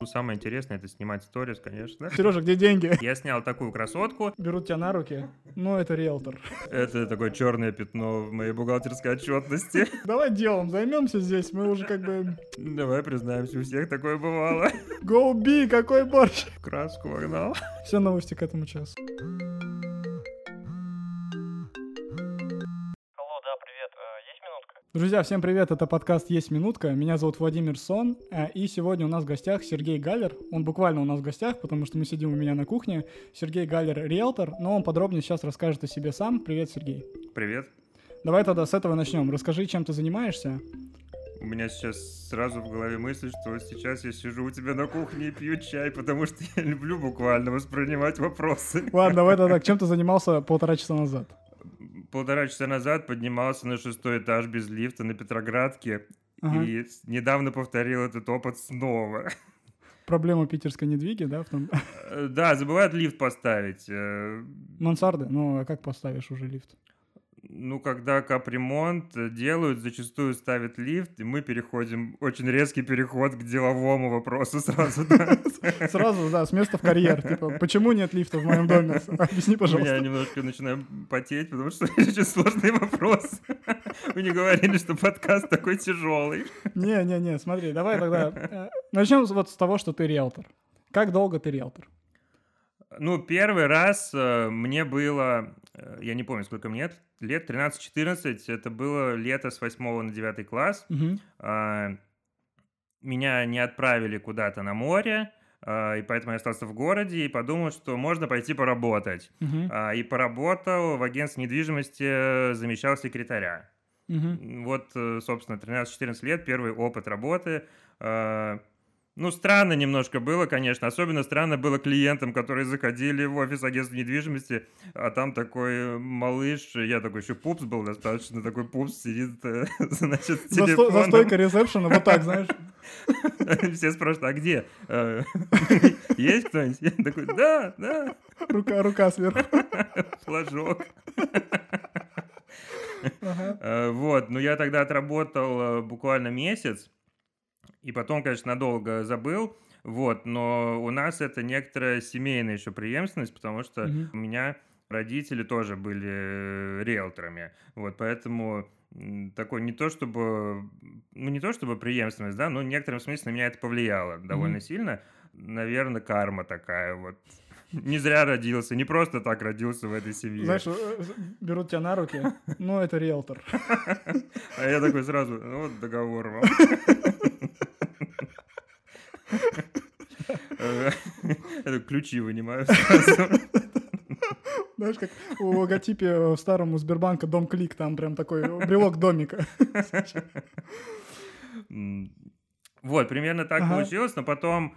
самое интересное — это снимать сторис, конечно. Сережа, где деньги? Я снял такую красотку. Берут тебя на руки. Ну, это риэлтор. Это такое черное пятно в моей бухгалтерской отчетности. Давай делом займемся здесь. Мы уже как бы... Давай признаемся, у всех такое бывало. Go be, какой борщ! Краску вогнал. Все новости к этому часу. Друзья, всем привет, это подкаст «Есть минутка», меня зовут Владимир Сон, и сегодня у нас в гостях Сергей Галлер, он буквально у нас в гостях, потому что мы сидим у меня на кухне. Сергей Галлер — риэлтор, но он подробнее сейчас расскажет о себе сам. Привет, Сергей. Привет. Давай тогда с этого начнем. Расскажи, чем ты занимаешься. У меня сейчас сразу в голове мысль, что сейчас я сижу у тебя на кухне и пью чай, потому что я люблю буквально воспринимать вопросы. Ладно, давай тогда, чем ты занимался 1,5 часа назад? 1,5 часа назад поднимался на 6-й этаж без лифта на Петроградке и недавно повторил этот опыт снова. Проблема питерской недвиги, да? В том... Да, забывают лифт поставить. Мансарды? Ну, а как поставишь уже лифт? Ну, когда капремонт делают, зачастую ставят лифт, и мы переходим, очень резкий переход к деловому вопросу сразу, да. Сразу, да, с места в карьер. Типа, почему нет лифта в моем доме? Объясни, пожалуйста. Я немножко начинаю потеть, потому что очень сложный вопрос. Вы не говорили, что подкаст такой тяжелый. Не, смотри, давай тогда начнем вот с того, что ты риэлтор. Как долго ты риэлтор? Ну, первый раз мне было, я не помню, сколько мне лет, 13-14, это было лето с 8 на 9 класс. Меня не отправили куда-то на море, и поэтому я остался в городе и подумал, что можно пойти поработать. И поработал в агентстве недвижимости, замещал секретаря. Вот, собственно, 13-14 лет, первый опыт работы. Ну, странно немножко было, конечно. Особенно странно было клиентам, которые заходили в офис агентства недвижимости, а там такой малыш, я такой еще пупс был достаточно, такой пупс сидит, значит, с телефоном. За стойкой ресепшена, вот так, знаешь. Все спрашивают, а где? Есть кто-нибудь? Я такой, да. Рука сверху. Флажок. Вот, ну я тогда отработал буквально месяц. И потом, конечно, надолго забыл, вот, но у нас это некоторая семейная еще преемственность, потому что у меня родители тоже были риэлторами, вот, поэтому такой не то чтобы преемственность, да, но в некотором смысле на меня это повлияло довольно сильно, наверное, карма такая вот. Не зря родился, не просто так родился в этой семье. Знаешь, берут тебя на руки, ну, это риэлтор. А я такой сразу, ну, вот договор вам. Это ключи вынимаю сразу. Знаешь, как в логотипе старому Сбербанка Дом Клик, там прям такой брелок домика. Вот, примерно так получилось, но потом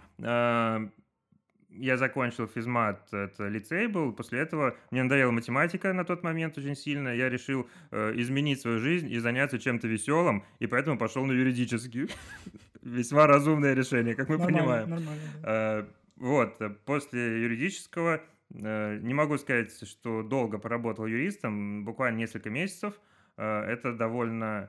я закончил физмат, это лицей был, после этого мне надоела математика на тот момент очень сильно, я решил изменить свою жизнь и заняться чем-то веселым, и поэтому пошел на юридический. Весьма разумное решение, как мы понимаем. Нормально. Вот, после юридического, не могу сказать, что долго поработал юристом, буквально несколько месяцев, это довольно...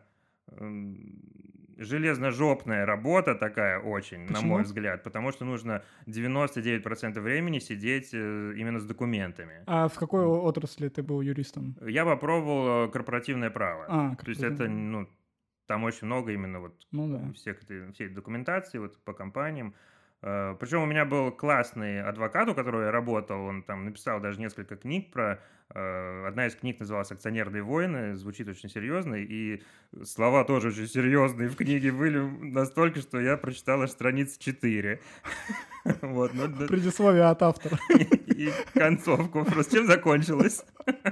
железножопная работа такая очень, на мой взгляд, потому что нужно 99% времени сидеть именно с документами. А в какой отрасли ты был юристом? Я попробовал корпоративное право. То есть это, там очень много именно вот всей документации вот по компаниям. Причем у меня был классный адвокат, у которого я работал, он там написал даже несколько книг про... Одна из книг называлась «Акционерные войны», звучит очень серьезно, и слова тоже очень серьезные в книге были настолько, что я прочитал аж страниц 4. Предисловие от автора. И концовку. Просто чем закончилось?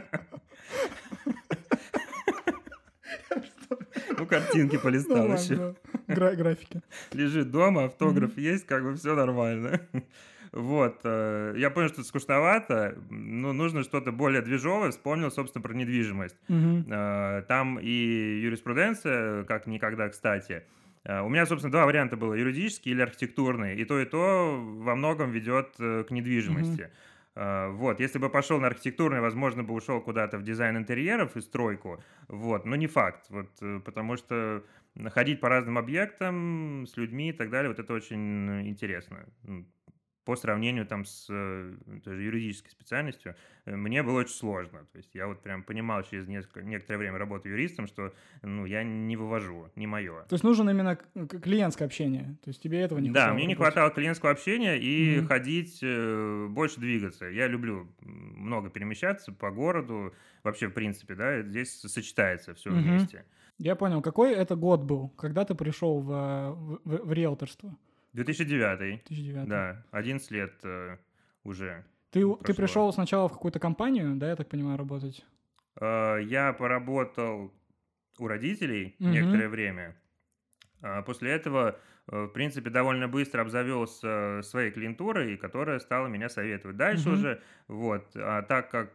Ну, картинки полистал еще. Графики. Лежит дома, автограф есть, как бы все нормально. Вот. Я понял, что это скучновато, но нужно что-то более движовое. Вспомнил, собственно, про недвижимость. Там и юриспруденция, как никогда, кстати. У меня, собственно, два варианта было: юридический или архитектурный. И то во многом ведет к недвижимости. Вот, если бы пошел на архитектурный, возможно, бы ушел куда-то в дизайн интерьеров и стройку, вот, но не факт, вот, потому что ходить по разным объектам с людьми и так далее, вот это очень интересно. По сравнению там с той же юридической специальностью, мне было очень сложно. То есть я вот прям понимал через некоторое время работы юристом, что я не вывожу, не мое. То есть нужно именно клиентское общение? То есть тебе этого не хватало? Да, мне не хватало клиентского общения и ходить, больше двигаться. Я люблю много перемещаться по городу, вообще в принципе, да, здесь сочетается все вместе. Я понял. Какой это год был, когда ты пришел в риэлторство? 2009. 2009. Да, 11 лет уже. Ты пришел сначала в какую-то компанию, да, я так понимаю, работать? Я поработал у родителей некоторое время. После этого, в принципе, довольно быстро обзавелся своей клиентурой, которая стала меня советовать дальше уже. Вот. А так как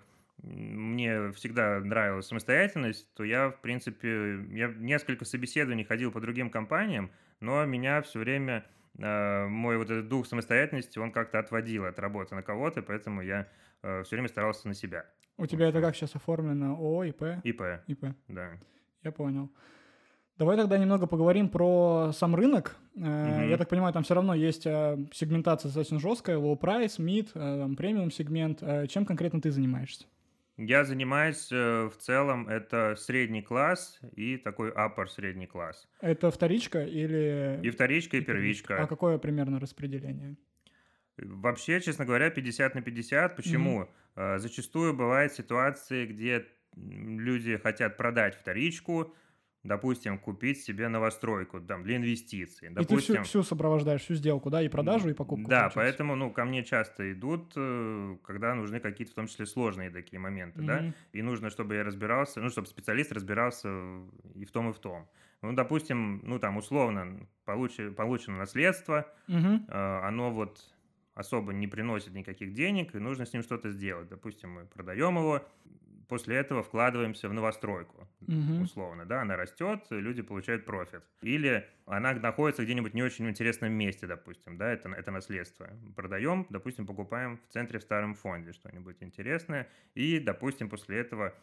мне всегда нравилась самостоятельность, то я, в принципе, несколько собеседований ходил по другим компаниям, но меня все время мой вот этот дух самостоятельности, он как-то отводил от работы на кого-то, поэтому я все время старался на себя. У тебя это как сейчас оформлено? ООО, ИП? ИП, да. Я понял. Давай тогда немного поговорим про сам рынок. Я так понимаю, там все равно есть сегментация достаточно жесткая, low price, mid, премиум сегмент. Чем конкретно ты занимаешься? Я занимаюсь в целом, это средний класс и такой upper средний класс. Это вторичка или... И вторичка, и первичка. А какое примерно распределение? Вообще, честно говоря, 50 на 50. Почему? Зачастую бывают ситуации, где люди хотят продать вторичку, допустим, купить себе новостройку там, для инвестиций. Допустим, и ты всю сопровождаешь, всю сделку, да, и продажу, и покупку. Да, поэтому ко мне часто идут, когда нужны какие-то, в том числе, сложные такие моменты, да, и нужно, чтобы я разбирался, чтобы специалист разбирался и в том, и в том. Допустим, там условно получено наследство, оно вот особо не приносит никаких денег, и нужно с ним что-то сделать. Допустим, мы продаем его, после этого вкладываемся в новостройку, условно, да, она растет, люди получают профит. Или она находится где-нибудь не очень интересном месте, допустим, да, это наследство. Продаем, допустим, покупаем в центре в старом фонде что-нибудь интересное, и, допустим, после этого,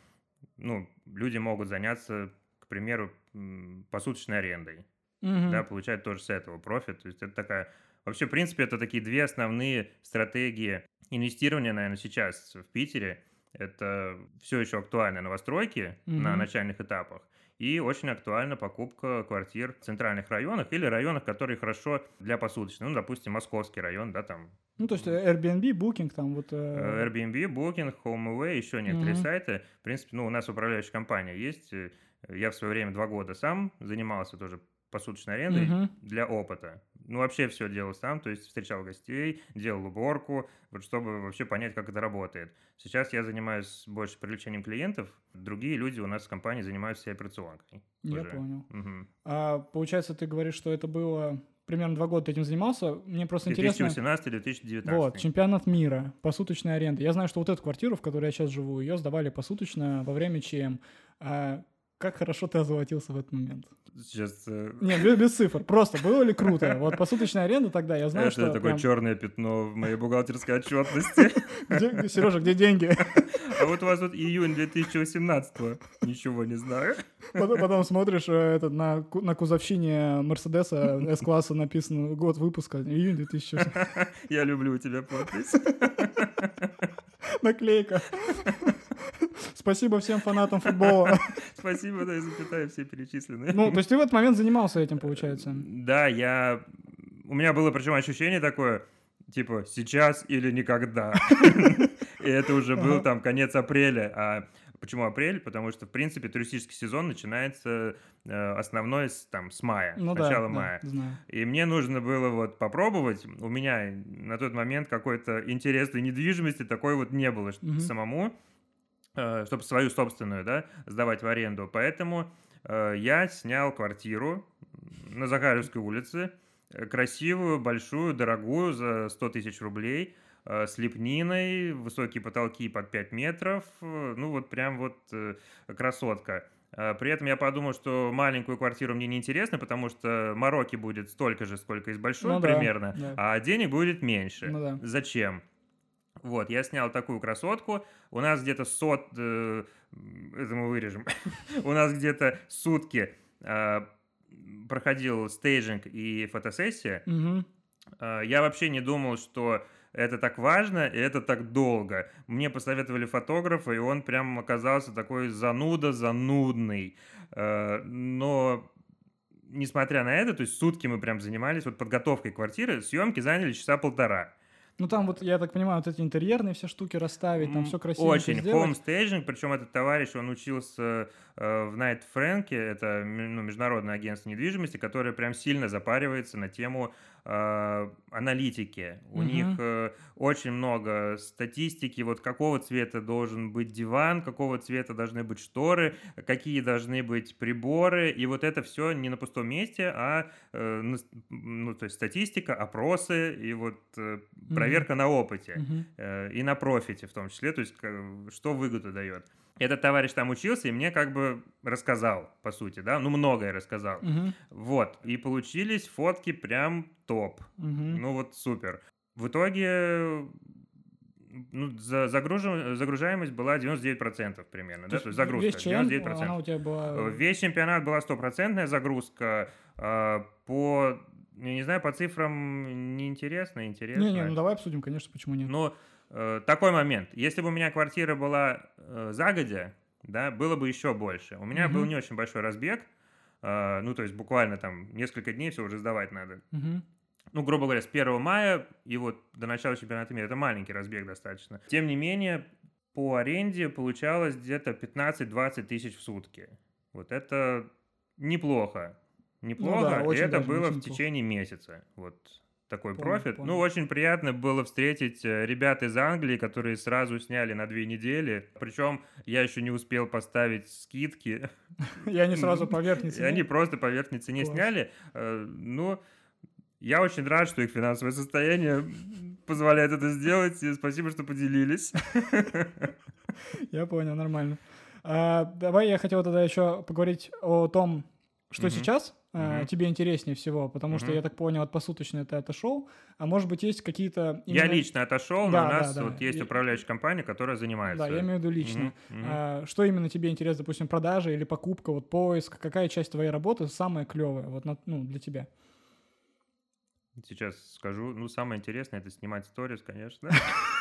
люди могут заняться, к примеру, посуточной арендой, да, получать тоже с этого профит. То есть это такая... Вообще, в принципе, это такие две основные стратегии инвестирования, наверное, сейчас в Питере. Это все еще актуально новостройки на начальных этапах, и очень актуальна покупка квартир в центральных районах или районах, которые хорошо для посуточной. Допустим, Московский район, да, там. То есть Airbnb, Booking, там вот... Airbnb, Booking, HomeAway, еще некоторые сайты. В принципе, у нас управляющая компания есть. Я в свое время 2 года сам занимался тоже посуточной арендой для опыта. Вообще все делал сам, то есть встречал гостей, делал уборку, вот чтобы вообще понять, как это работает. Сейчас я занимаюсь больше привлечением клиентов, другие люди у нас в компании занимаются всей операционкой. Я понял. А получается, ты говоришь, что это было... Примерно 2 года ты этим занимался. Мне просто 2018-2019. Вот, чемпионат мира, посуточная аренда. Я знаю, что вот эту квартиру, в которой я сейчас живу, ее сдавали посуточно во время ЧМ. Как хорошо ты озолотился в этот момент? Сейчас... Не, без цифр. Просто было ли круто? Вот посуточная аренда тогда, я знаю, что... Это такое черное пятно в моей бухгалтерской отчетности. Сережа, где деньги? А вот у вас тут июнь 2018-го. Ничего не знаю. Потом смотришь на кузовщине Мерседеса С-класса написано год выпуска, июнь 2018. Я люблю у тебя подпись. Наклейка. Спасибо всем фанатам футбола. Спасибо, да, и запятая все перечисленные. То есть ты в этот момент занимался этим, получается? Да, у меня было причем ощущение такое, типа, сейчас или никогда. И это уже был там конец апреля. А почему апрель? Потому что, в принципе, туристический сезон начинается основной с мая, с начала мая. Знаю. И мне нужно было вот попробовать. У меня на тот момент какой-то интересной недвижимости такой вот не было самому, чтобы свою собственную, да, сдавать в аренду. Поэтому я снял квартиру на Захаревской улице, красивую, большую, дорогую, за 100 тысяч рублей, с лепниной, высокие потолки под 5 метров, красотка. При этом я подумал, что маленькую квартиру мне неинтересно, потому что мороки будет столько же, сколько из большой примерно, а денег будет меньше. Зачем? Вот, я снял такую красотку. У нас где-то это мы вырежем. У нас где-то сутки проходил стейджинг и фотосессия, Мгм. я вообще не думал, что это так важно и это так долго. Мне посоветовали фотографа, и он прям оказался такой занудный. Но несмотря на это, то есть сутки мы прям занимались вот подготовкой квартиры, съемки заняли часа полтора. Ну там вот, я так понимаю, вот эти интерьерные все штуки расставить, там все красивенько Очень сделать. хоумстейджинг, причем этот товарищ, он учился в Найт Фрэнке, это международное агентство недвижимости, которое прям сильно запаривается на тему аналитики. У них Мгм. очень много статистики, вот какого цвета должен быть диван, какого цвета должны быть шторы, какие должны быть приборы, и вот это все не на пустом месте, а ну, то есть статистика, опросы и вот Мгм. проверка на опыте Мгм. и на профите в том числе, то есть что выгоду дает. Этот товарищ там учился и мне как бы рассказал, по сути, да, ну многое рассказал. Мгм. Вот, и получились фотки прям топ, Мгм. ну вот супер. В итоге ну, загружаемость была 99% примерно, То да, есть то есть весь загрузка ЧМ, 99%. она у тебя была... Весь чемпионат была стопроцентная загрузка, по, я не знаю, по цифрам неинтересно, Не-не, ну интересно. давай обсудим, конечно, почему нет. Но такой момент. Если бы у меня квартира была загодя, да, было бы еще больше. У меня был Мгм. не очень большой разбег, ну, то есть буквально там несколько дней все уже сдавать надо. Мгм. Ну, грубо говоря, с 1 мая и вот до начала чемпионата мира. Это маленький разбег достаточно. Тем не менее, по аренде получалось где-то 15-20 тысяч в сутки. Вот это неплохо. Ну да, Неплохо, и очень это даже, было очень в неплохо. течение месяца. Вот такой Понял, профит. Ну, понял. очень приятно было встретить ребят из Англии, которые сразу сняли на 2 недели. Причем я еще не успел поставить скидки. И они сразу по верхней И они цене? просто по верхней цене Класс. сняли. Ну, я очень рад, что их финансовое состояние позволяет это сделать. И спасибо, что поделились. Я понял, нормально. Давай я хотел тогда еще поговорить о том, что Мгм. сейчас Мгм. тебе интереснее всего, потому что, Мгм. я так понял, от посуточной ты отошел, а может быть есть какие-то Я именно... лично отошел, но у Да, да, нас да. вот есть управляющая компания, которая Да, занимается. я имею в виду лично. Мгм. Мгм. Что именно тебе интересно, допустим, продажа или покупка, вот поиск, какая часть твоей работы самая клевая вот ну, для тебя? Сейчас скажу. Ну, самое интересное — это снимать сторис, конечно.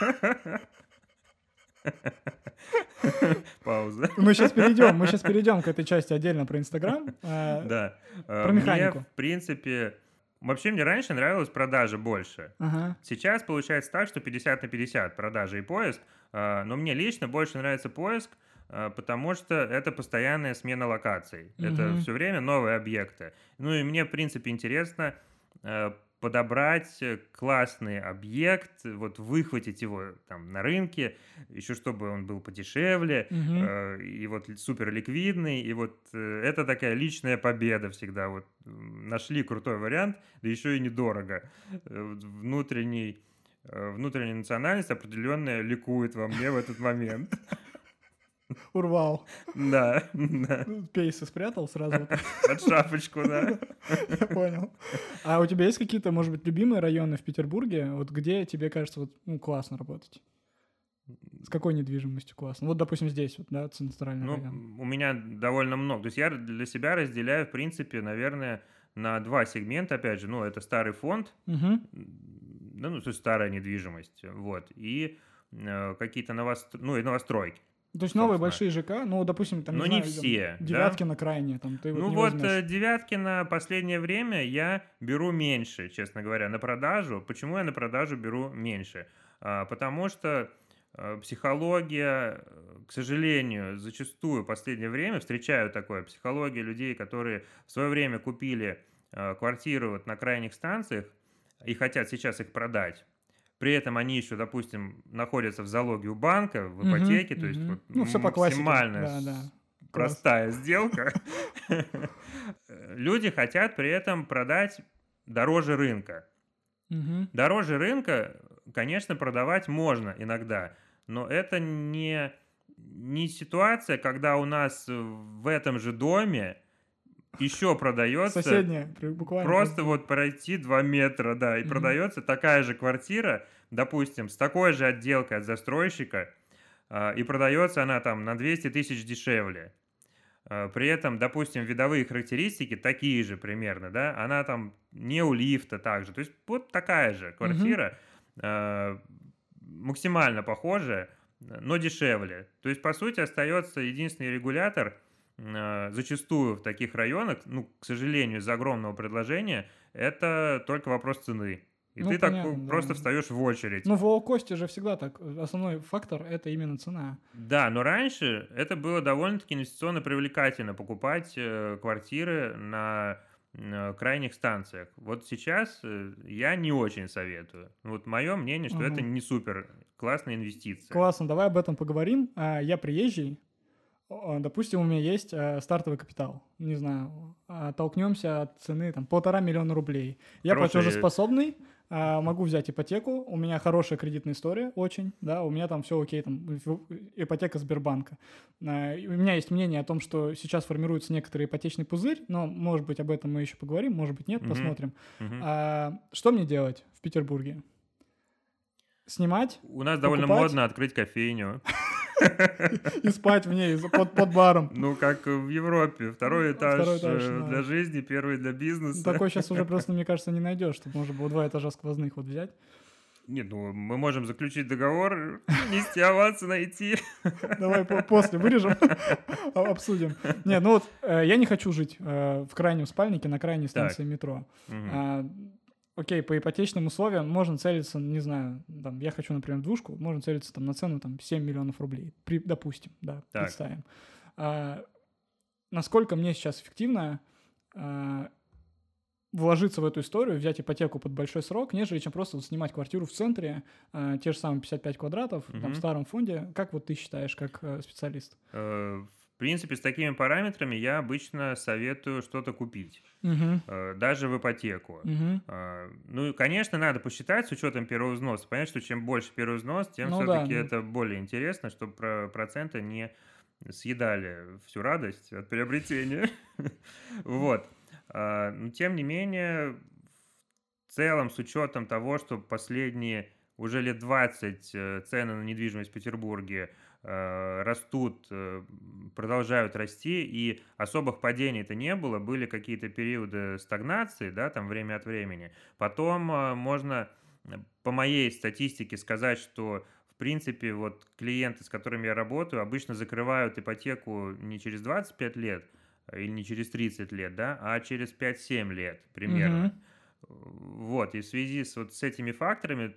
Пауза. Мы сейчас перейдем к этой части отдельно про Инстаграм, Да. про Мне, механику. в принципе... Вообще, мне раньше нравилась продажа больше. Ага. Сейчас получается так, что 50 на 50 продажа и поиск. Но мне лично больше нравится поиск, потому что это постоянная смена локаций. Это Мгм. все время новые объекты. Ну и мне, в принципе, интересно подобрать классный объект, вот выхватить его там на рынке, еще чтобы он был подешевле, Мгм. и вот супер ликвидный, и вот это такая личная победа всегда. Вот нашли крутой вариант, да еще и недорого. Вот внутренняя национальность определенная ликует во мне в этот момент. Урвал. Да, да. Пейсы спрятал сразу. Вот. Под шапочку, да. Я понял. А у тебя есть какие-то, может быть, любимые районы в Петербурге, вот где тебе кажется вот, ну, классно работать? С какой недвижимостью классно? Вот, допустим, здесь, вот, да, центральный Ну, район. у меня довольно много. То есть я для себя разделяю, в принципе, наверное, на два сегмента, опять же. Ну, это старый фонд, Угу. да, ну, то есть старая недвижимость, вот, и какие-то новостройки, То есть новые собственно. большие ЖК, ну, допустим, там, Но не не знаю, там, все, да. Девяткино крайне, там, ты вот Ну не вот возьмешь. Девяткино последнее время я беру меньше, честно говоря, на продажу. Почему я на продажу беру меньше? Потому что психология, к сожалению, зачастую в последнее время встречаю такое. Психология людей, которые в свое время купили квартиры вот на крайних станциях и хотят сейчас их продать. При этом они еще, допустим, находятся в залоге у банка, в Мгм, ипотеке, то есть мгм. вот Ну, все по классике. максимально Да, да. Класс. простая сделка. Люди хотят при этом продать дороже рынка. Мгм. Дороже рынка, конечно, продавать можно иногда, но это не ситуация, когда у нас в этом же доме еще продается Соседняя, буквально. просто вот пройти 2 метра, да, и Мгм. продается такая же квартира, допустим, с такой же отделкой от застройщика, и продается она там на 200 тысяч дешевле. При этом, допустим, видовые характеристики такие же примерно, да, она там не у лифта также, то есть вот такая же квартира, максимально похожая, но дешевле. То есть, по сути, остается единственный регулятор, зачастую в таких районах, ну, к сожалению, из-за огромного предложения, это только вопрос цены. И Ну, ты так понятно, просто да. встаешь в очередь. Ну, в лоукосте же всегда так. Основной фактор — это именно цена. Да, но раньше это было довольно-таки инвестиционно привлекательно покупать квартиры на крайних станциях. Вот сейчас я не очень советую. Вот мое мнение, что это Ага. не супер классная инвестиция. Классно, давай об этом поговорим. Я приезжий. Допустим, у меня есть стартовый капитал. Не знаю, толкнемся от цены там 1,5 миллиона рублей. Я Хороший- платежеспособный, могу взять ипотеку. У меня хорошая кредитная история, очень, да, у меня там все окей, там ипотека Сбербанка. У меня есть мнение о том, что сейчас формируется некоторый ипотечный пузырь, но, может быть, об этом мы еще поговорим, может быть, нет, Мгм. посмотрим. Мгм. Что мне делать в Петербурге? Снимать У нас довольно покупать? модно открыть кофейню. и спать в ней под баром. Ну, как в Европе. Второй этаж Второй этаж, да. для жизни, первый для бизнеса. Такой сейчас уже просто, мне кажется, не найдешь, чтобы можно было 2 этажа сквозных вот взять. Нет, ну мы можем заключить договор, нести аванс и найти. Давай после вырежем, обсудим. Нет, ну вот я не хочу жить в крайнем спальнике на крайней станции метро. Мгм. Окей, по ипотечным условиям можно целиться, не знаю, там, я хочу, например, двушку, можно целиться там на цену там 7 миллионов рублей, допустим, да, Так. представим. Насколько мне сейчас эффективно вложиться в эту историю, взять ипотеку под большой срок, нежели чем просто вот снимать квартиру в центре, те же самые 55 квадратов, там, в старом фонде. Как вот ты считаешь, как специалист? В принципе, с такими параметрами я обычно советую что-то купить, даже в ипотеку. Ну и, конечно, надо посчитать с учетом первого взноса. Понятно, что чем больше первый взнос, тем Ну все-таки да, это более интересно, чтобы проценты не съедали всю радость от приобретения. Вот. Но тем не менее, в целом, с учетом того, что последние уже лет 20 цены на недвижимость в Петербурге растут, продолжают расти, и особых падений-то не было, были какие-то периоды стагнации, да, там время от времени. Потом можно по моей статистике сказать, что в принципе вот клиенты, с которыми я работаю, обычно закрывают ипотеку не через 25 лет или не через 30 лет, да, а через 5-7 лет примерно. Вот, и в связи с вот с этими факторами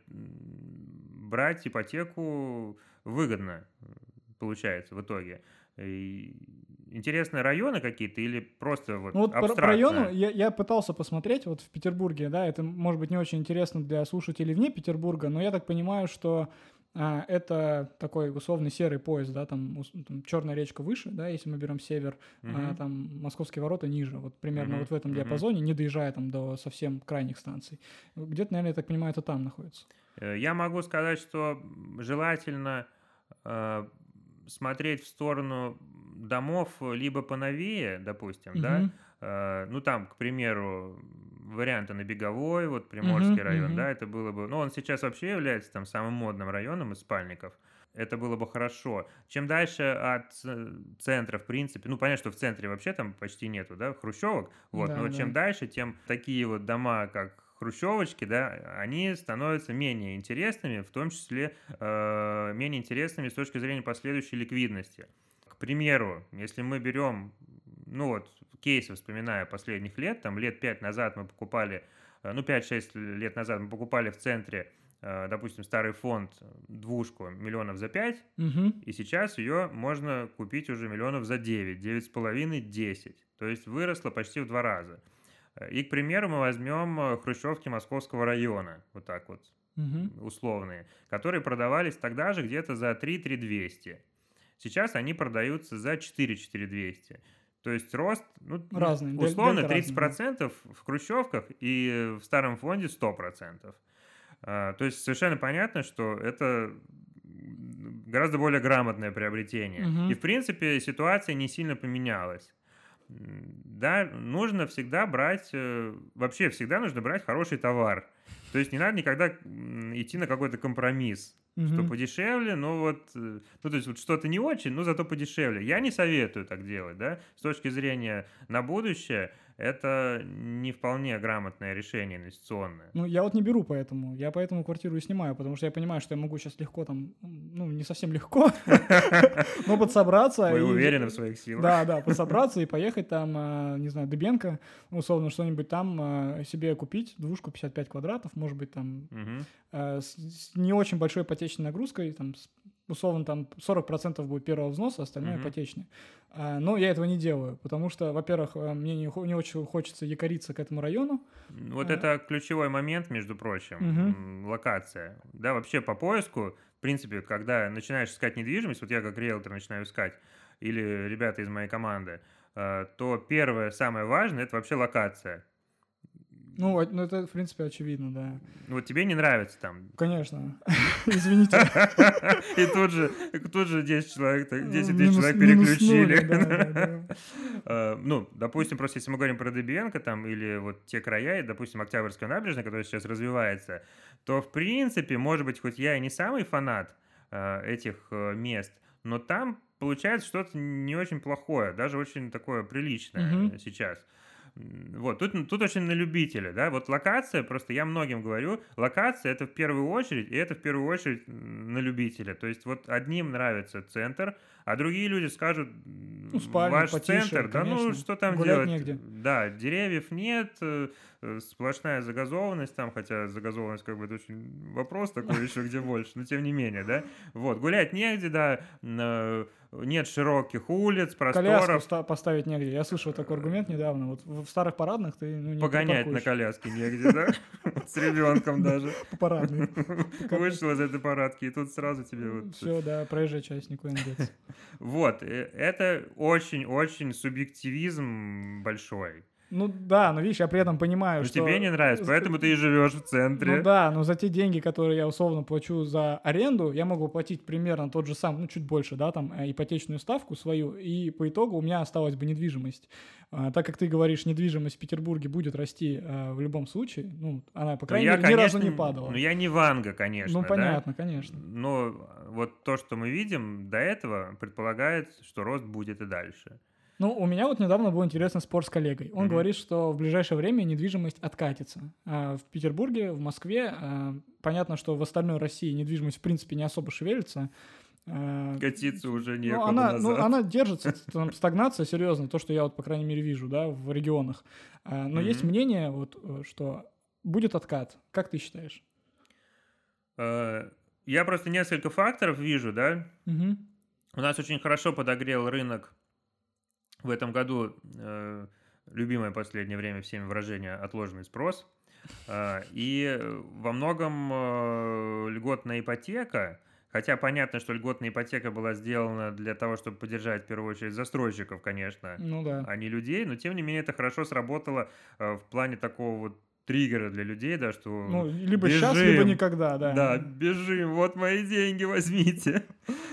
брать ипотеку выгодно получается в итоге. И интересные районы какие-то или просто вот Ну вот по абстрактно? району я пытался посмотреть вот в Петербурге, да, это может быть не очень интересно для слушателей вне Петербурга, но я так понимаю, что это такой условный серый пояс, да, там Черная речка выше, да, если мы берем север, там Московские ворота ниже, вот примерно вот в этом диапазоне, не доезжая там до совсем крайних станций. Где-то, наверное, я так понимаю, это там находится. Я могу сказать, что желательно смотреть в сторону домов либо поновее, допустим, да, ну там, к примеру, варианты на Беговой, вот Приморский район, да, это было бы, ну он сейчас вообще является там самым модным районом из спальников, это было бы хорошо. Чем дальше от центра, в принципе, ну понятно, что в центре вообще там почти нету, да, хрущевок, вот, Да, но да. чем дальше, тем такие вот дома, как хрущевочки, да, они становятся менее интересными, в том числе менее интересными с точки зрения последующей ликвидности. К примеру, если мы берем, ну вот, кейсы, вспоминая последних лет, там лет 5 назад мы покупали, ну 5-6 лет назад мы покупали в центре, допустим, старый фонд, двушку миллионов за 5, и сейчас ее можно купить уже миллионов за 9, 9,5, 10. То есть выросло почти в 2 раза. И, к примеру, мы возьмем хрущевки Московского района, вот так вот, условные, которые продавались тогда же где-то за 3 200. Сейчас они продаются за 4 200. То есть рост, ну, разный, условно, дельта 30% в хрущевках и в старом фонде 100%. То есть совершенно понятно, что это гораздо более грамотное приобретение. И, в принципе, ситуация не сильно поменялась. Да, нужно всегда брать, вообще всегда нужно брать хороший товар. То есть не надо никогда идти на какой-то компромисс, что подешевле, но вот, ну, то есть вот что-то не очень, но зато подешевле. Я не советую так делать, да, с точки зрения на будущее, это не вполне грамотное решение инвестиционное. Ну, я вот не беру поэтому. Я поэтому квартиру и снимаю, потому что я понимаю, что я могу сейчас легко там, ну, не совсем легко, но подсобраться. Вы уверены в своих силах. Да, подсобраться и поехать там, не знаю, Дыбенко, условно, что-нибудь там себе купить, двушку 55 квадратов, может быть, там с не очень большой ипотечной нагрузкой, там, условно, там 40% будет первого взноса, остальное ипотечное. Но я этого не делаю, потому что, во-первых, мне не очень хочется якориться к этому району. Вот это ключевой момент, между прочим, локация. Да, вообще по поиску, в принципе, когда начинаешь искать недвижимость, вот я как риэлтор начинаю искать, или ребята из моей команды, то первое, самое важное, это вообще локация. Ну, это, в принципе, очевидно, да. Вот тебе не нравится там. Конечно. Извините. И тут же 10 тысяч человек переключили. Ну, допустим, просто если мы говорим про Дыбенко там или вот те края, и, допустим, Октябрьская набережная, которая сейчас развивается, то, в принципе, может быть, хоть я и не самый фанат этих мест, но там получается что-то не очень плохое, даже очень такое приличное сейчас. Вот, тут очень на любителя, да, вот локация, просто я многим говорю, локация это в первую очередь, и это в первую очередь на любителя, то есть вот одним нравится центр, а другие люди скажут, ну, спальня, ваш потише, центр, конечно. Да ну что там гулять делать, негде. Да, деревьев нет, сплошная загазованность там, хотя загазованность как бы это очень вопрос такой еще где больше, но тем не менее, да, вот, гулять негде, да, нет широких улиц, просторов. Коляску поставить негде. Я слышал такой аргумент недавно. Вот в старых парадных ты не погонять на коляске негде, да? С ребенком даже. По парадной. Вышел из этой парадки, и тут сразу тебе вот... Все, да, проезжая часть, никуда не деться. Вот, это очень-очень субъективизм большой. Ну да, но видишь, я при этом понимаю, что... тебе не нравится, поэтому ты и живешь в центре. Ну да, но за те деньги, которые я условно плачу за аренду, я могу платить примерно тот же самый, ну чуть больше, да, там, ипотечную ставку свою, и по итогу у меня осталась бы недвижимость. Так как ты говоришь, недвижимость в Петербурге будет расти в любом случае, ну, она, по крайней мере, ни разу не падала. Ну я не Ванга, конечно, Ну понятно, да? Конечно. Но вот то, что мы видим до этого, предполагает, что рост будет и дальше. Ну, у меня вот недавно был интересный спор с коллегой. Он говорит, что в ближайшее время недвижимость откатится. В Петербурге, в Москве, понятно, что в остальной России недвижимость в принципе не особо шевелится. Катиться уже некуда назад. Она держится, там, стагнация, серьезно, то, что я вот, по крайней мере, вижу, да, в регионах. Но есть мнение, вот, что будет откат. Как ты считаешь? Я просто несколько факторов вижу, да. У нас очень хорошо подогрел рынок в этом году, любимое в последнее время всеми выражение «отложенный спрос». И во многом льготная ипотека, хотя понятно, что льготная ипотека была сделана для того, чтобы поддержать в первую очередь застройщиков, конечно, ну, да. а не людей, но тем не менее это хорошо сработало в плане такого вот триггера для людей, да, что ну, либо бежим, сейчас, либо никогда, да. Да, бежим, вот мои деньги, возьмите.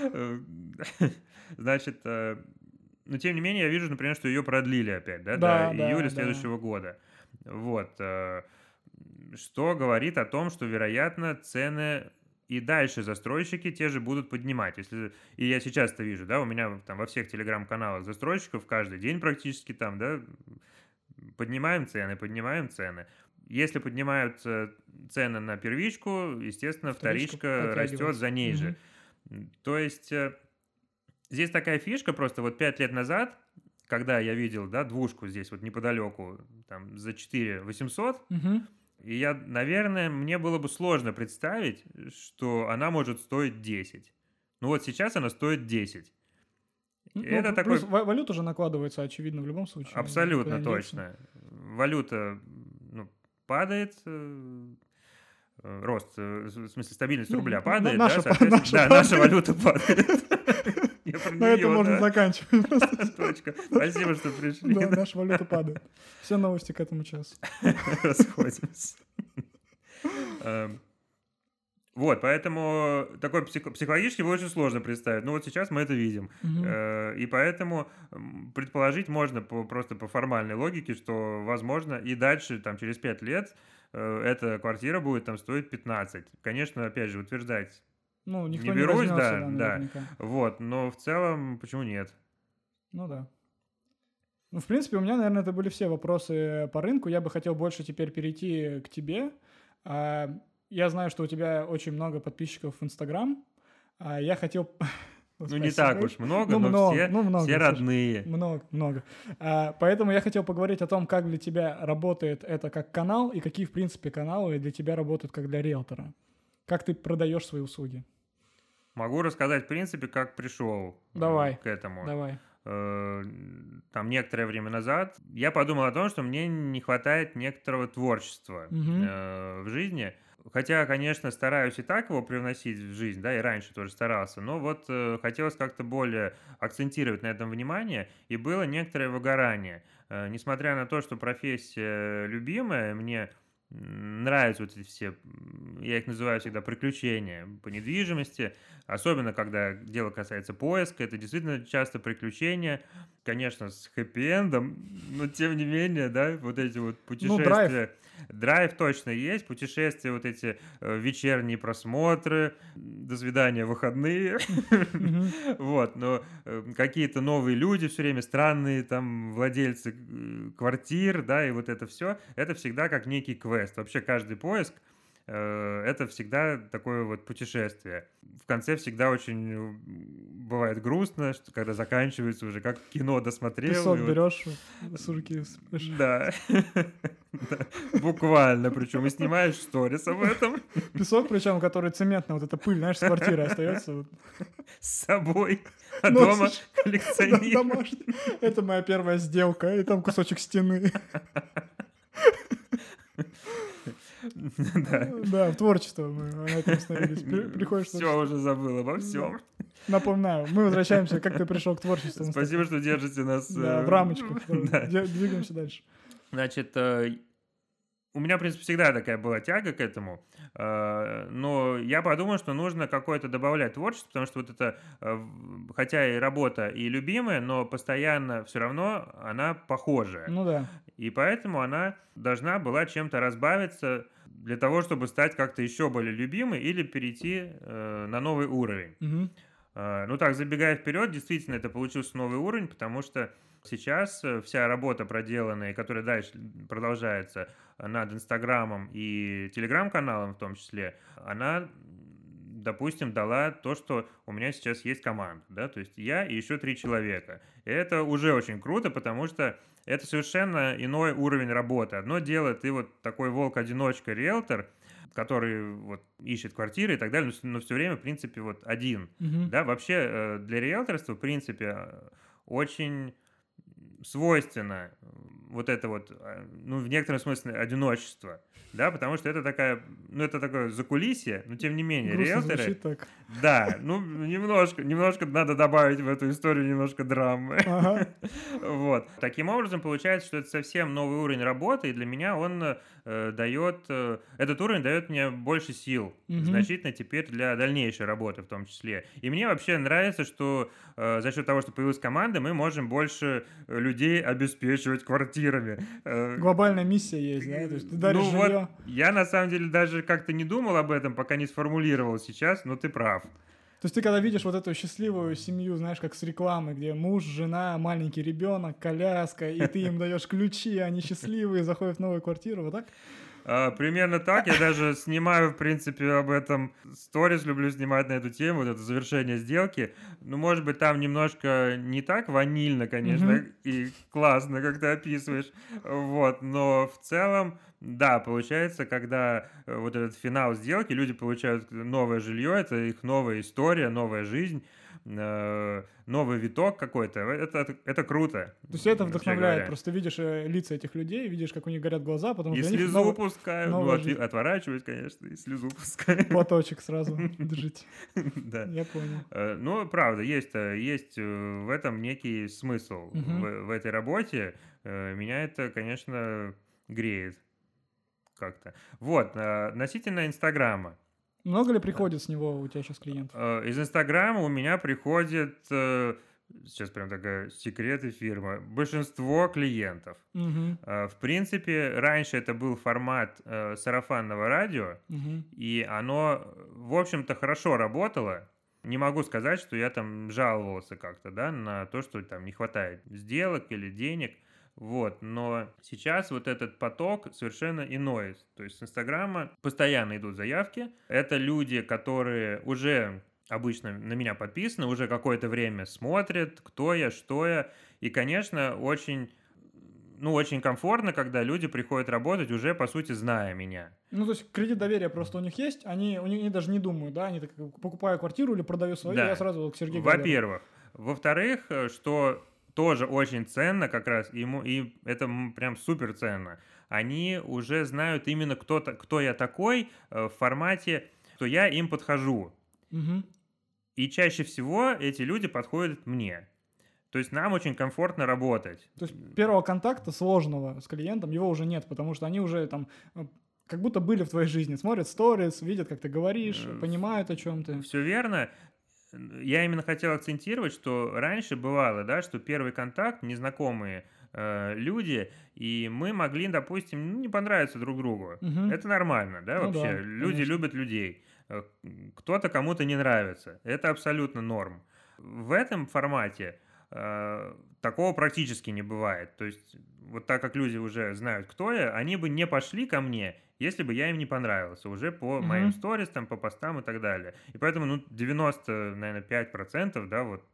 Значит, но тем не менее я вижу, например, что ее продлили опять, да, до июля следующего года. Вот. Что говорит о том, что, вероятно, цены и дальше застройщики те же будут поднимать. И я сейчас это вижу, да, у меня там во всех телеграм-каналах застройщиков каждый день практически там, да, поднимаем цены. Если поднимаются цены на первичку, естественно, вторичка растет за ней же. То есть здесь такая фишка просто, вот 5 лет назад, когда я видел, да, двушку здесь вот неподалеку, там, за 4 800, и я, наверное, мне было бы сложно представить, что она может стоить 10. Ну вот сейчас она стоит 10. Ну, это такой... Валюта же накладывается, очевидно, в любом случае. Абсолютно точно. Валюта падает, рост, в смысле стабильность рубля падает, наша валюта падает. На этом можно заканчивать. Точка. Спасибо, что пришли. Да, наша валюта падает. Все новости к этому часу. Расходимся. Вот, поэтому такой психологически его очень сложно представить. Ну вот сейчас мы это видим. И поэтому предположить можно просто по формальной логике, что, возможно, и дальше, там, через 5 лет эта квартира будет там стоить 15. Конечно, опять же, утверждать Ну, никто не не берусь, возьмется, да, да, да. наверняка. Вот, но в целом, почему нет? Ну да. Ну, в принципе, у меня, наверное, это были все вопросы по рынку. Я бы хотел больше теперь перейти к тебе. Я знаю, что у тебя очень много подписчиков в Инстаграм. Я хотел... Ну, не так уж много, но много, все родные. Много. Поэтому я хотел поговорить о том, как для тебя работает это как канал, и какие, в принципе, каналы для тебя работают как для риэлтора. Как ты продаешь свои услуги? Могу рассказать, в принципе, как пришел к этому. Давай. Там некоторое время назад я подумал о том, что мне не хватает некоторого творчества в жизни. Хотя, конечно, стараюсь и так его привносить в жизнь, да, и раньше тоже старался, но вот хотелось как-то более акцентировать на этом внимание, и было некоторое выгорание. Несмотря на то, что профессия любимая, мне нравятся вот эти все, я их называю всегда приключения по недвижимости, особенно когда дело касается поиска, это действительно часто приключения, конечно, с хэппи-эндом, но тем не менее, да, вот эти вот путешествия. Драйв точно есть, путешествия, вот эти вечерние просмотры, до свидания, выходные, вот, но какие-то новые люди все время, странные там владельцы квартир, да, и вот это все, это всегда как некий квест. Вообще каждый поиск это всегда такое вот путешествие. В конце всегда очень бывает грустно, что когда заканчивается уже, как кино досмотрел. Песок берешь, с руки спишь. Да. Буквально, причем и снимаешь сторис об этом. Песок, причем, который цементный, вот эта пыль, знаешь, с квартиры остается. С собой. А дома коллекционируешь. Домашний. Это моя первая сделка, и там кусочек стены. Да, в творчество мы на этом остановились. Приходишь... Все, уже забыл обо всем. Напоминаю, мы возвращаемся, как ты пришел к творчеству. Спасибо, что держите нас в рамочках. Двигаемся дальше. Значит, у меня, в принципе, всегда такая была тяга к этому, но я подумал, что нужно какое-то добавлять творчество, потому что вот это, хотя и работа и любимая, но постоянно все равно она похожая. Ну да. И поэтому она должна была чем-то разбавиться для того, чтобы стать как-то еще более любимой или перейти на новый уровень. Ну так, забегая вперед, действительно это получился новый уровень, потому что сейчас вся работа проделанная, которая дальше продолжается над Инстаграмом и Телеграм-каналом в том числе, она, допустим, дала то, что у меня сейчас есть команда, да, то есть я и еще 3 человека. И это уже очень круто, потому что это совершенно иной уровень работы. Одно дело, ты вот такой волк-одиночка, риэлтор, который вот ищет квартиры и так далее, но все время, в принципе, вот один. Да, вообще для риэлторства, в принципе, очень свойственно вот это вот, ну, в некотором смысле, одиночество, да, потому что это такая, ну, это такое закулисье, но тем не менее, грустно риэлторы... звучит так. Да, ну, немножко надо добавить в эту историю немножко драмы. Вот. Таким образом, получается, что это совсем новый уровень работы, и для меня он дает, этот уровень дает мне больше сил, значительно теперь для дальнейшей работы в том числе. И мне вообще нравится, что за счет того, что появилась команда, мы можем больше людей обеспечивать квартирами. Глобальная миссия есть, да? То есть ты даришь жилье. Вот, я на самом деле даже как-то не думал об этом, пока не сформулировал сейчас, но ты прав. То есть ты когда видишь вот эту счастливую семью, знаешь, как с рекламы, где муж, жена, маленький ребенок, коляска, и ты им даешь ключи, они счастливые, заходят в новую квартиру, вот так? Примерно так. Я даже снимаю, в принципе, об этом сторис, люблю снимать на эту тему, вот это завершение сделки. Ну, может быть, там немножко не так ванильно, конечно, и классно, как ты описываешь, вот, но в целом, да, получается, когда вот этот финал сделки, люди получают новое жилье, это их новая история, новая жизнь, новый виток какой-то, это круто. То есть это вдохновляет, просто видишь лица этих людей, видишь, как у них горят глаза, потому что и слезу пускаю, ну, отворачиваюсь, конечно, и слезу пускаю. Платочек сразу держите. Да. Я понял. Ну, правда, есть в этом некий смысл в этой работе. Меня это, конечно, греет как-то. Вот, относительно Инстаграма. Много ли приходит с него у тебя сейчас клиентов? Из Инстаграма у меня приходит сейчас прям такая секреты фирмы, большинство клиентов. В принципе, раньше это был формат сарафанного радио, и оно, в общем-то, хорошо работало. Не могу сказать, что я там жаловался как-то, да, на то, что там не хватает сделок или денег. Вот, но сейчас вот этот поток совершенно иной. То есть с Инстаграма постоянно идут заявки. Это люди, которые уже обычно на меня подписаны, уже какое-то время смотрят, кто я, что я. И, конечно, очень комфортно, когда люди приходят работать, уже, по сути, зная меня. Ну, то есть кредит доверия просто у них есть, они даже не думают, да, они так, покупаю квартиру или продаю свою, да. Я сразу к Сергею Галлеру. Во-первых. Во-вторых, что тоже очень ценно как раз, и это прям супер ценно, они уже знают именно, кто я такой в формате, что я им подхожу. И чаще всего эти люди подходят мне. То есть нам очень комфортно работать. То есть первого контакта сложного с клиентом, его уже нет, потому что они уже там как будто были в твоей жизни, смотрят сторис, видят, как ты говоришь, понимают, о чем ты. Все верно. Я именно хотел акцентировать, что раньше бывало, да, что первый контакт, незнакомые люди, и мы могли, допустим, не понравиться друг другу. Это нормально, да, вообще. Да, люди любят людей. Кто-то кому-то не нравится. Это абсолютно норм. В этом формате такого практически не бывает. То есть вот так как люди уже знают, кто я, они бы не пошли ко мне, если бы я им не понравился, уже по моим сторис, там, по постам и так далее. И поэтому, 90, наверное, 5%, да, вот,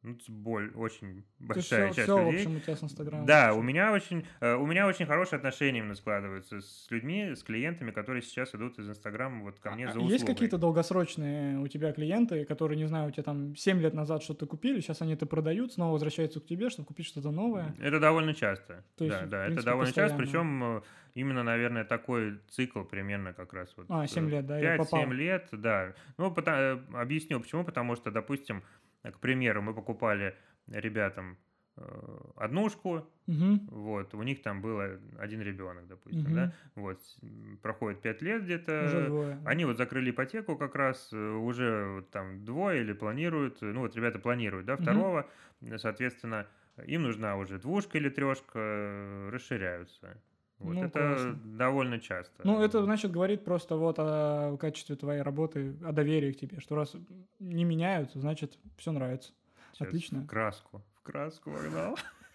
очень большая часть людей. В общем, у тебя с Инстаграмом. Да, у меня очень хорошие отношения именно складываются с людьми, с клиентами, которые сейчас идут из Инстаграма вот ко мне за услугой. Есть какие-то долгосрочные у тебя клиенты, которые, не знаю, у тебя там 7 лет назад что-то купили, сейчас они это продают, снова возвращаются к тебе, чтобы купить что-то новое? Это довольно часто. То есть, да, это довольно часто, причем именно, наверное, такой цикл примерно как раз вот. 7 лет, да, 5-7 лет, да. Объясню почему, потому что, допустим, к примеру, мы покупали ребятам однушку, вот, у них там был один ребенок, допустим, да, вот, проходит 5 лет где-то, они вот закрыли ипотеку как раз, уже там 2 или планируют, ребята планируют, да, второго, соответственно, им нужна уже 2 или 3, расширяются. Вот, это классно. Довольно часто. Это, значит, говорит просто вот о качестве твоей работы, о доверии к тебе, что раз не меняют, значит, все нравится. Сейчас отлично. В краску вогнал.